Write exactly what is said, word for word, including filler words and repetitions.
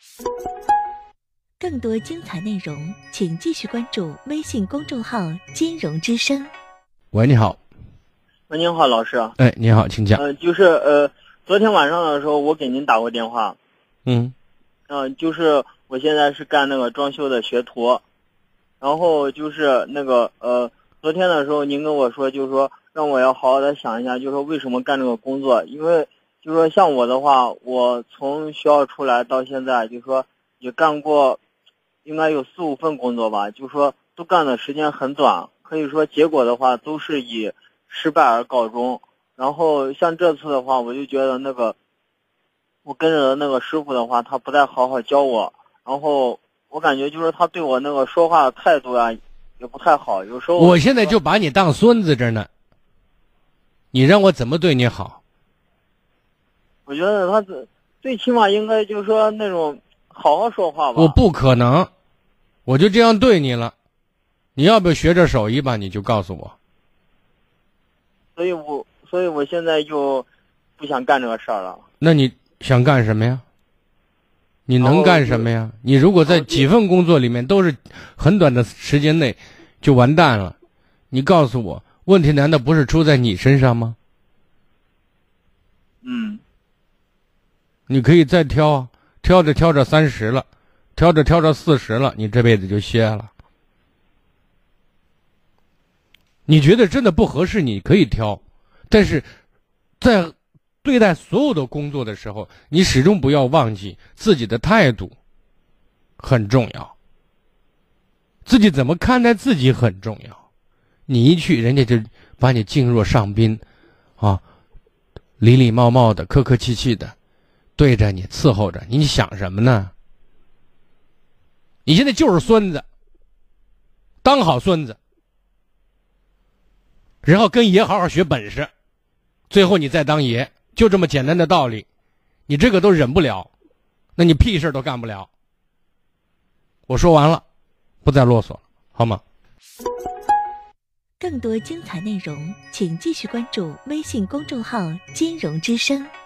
更多精彩内容，请继续关注微信公众号“金融之声”。 喂，你好。 喂，您好，老师。 哎，你好，请讲。 呃，就是呃，昨天晚上的时候，我给您打过电话。 嗯。 呃，就是我现在是干那个装修的学徒，然后就是那个呃，昨天的时候您跟我说，就是说让我要好好的想一下，就是说为什么干这个工作，因为就是说像我的话，我从学校出来到现在，就是说也干过，应该有四五份工作吧，就是说都干的时间很短，可以说结果的话都是以失败而告终。然后像这次的话，我就觉得那个我跟着的那个师傅的话，他不太好好教我，然后我感觉就是他对我那个说话的态度啊也不太好，有时候我现在就把你当孙子着呢，你让我怎么对你好？ 我觉得他最起码应该就是说那种好好说话吧。 我不可能，我就这样对你了，你要不要学着手艺吧？你就告诉我。 所以我所以我现在就不想干这个事儿了。 那你想干什么呀？你能干什么呀？你如果在几份工作里面都是很短的时间内就完蛋了，你告诉我，问题难道不是出在你身上吗？ 嗯。 你可以再挑啊，挑着挑着三十了，挑着挑着四十了，你这辈子就歇了。你觉得真的不合适，你可以挑，但是在对待所有的工作的时候，你始终不要忘记自己的态度很重要，自己怎么看待自己很重要。你一去，人家就把你敬若上宾啊，礼礼貌貌的，客客气气的对着你伺候着你，你想什么呢？你现在就是孙子，当好孙子，然后跟爷好好学本事，最后你再当爷，就这么简单的道理。你这个都忍不了，那你屁事都干不了。我说完了，不再啰嗦了，好吗？ 更多精彩内容，请继续关注微信公众号“金融之声”。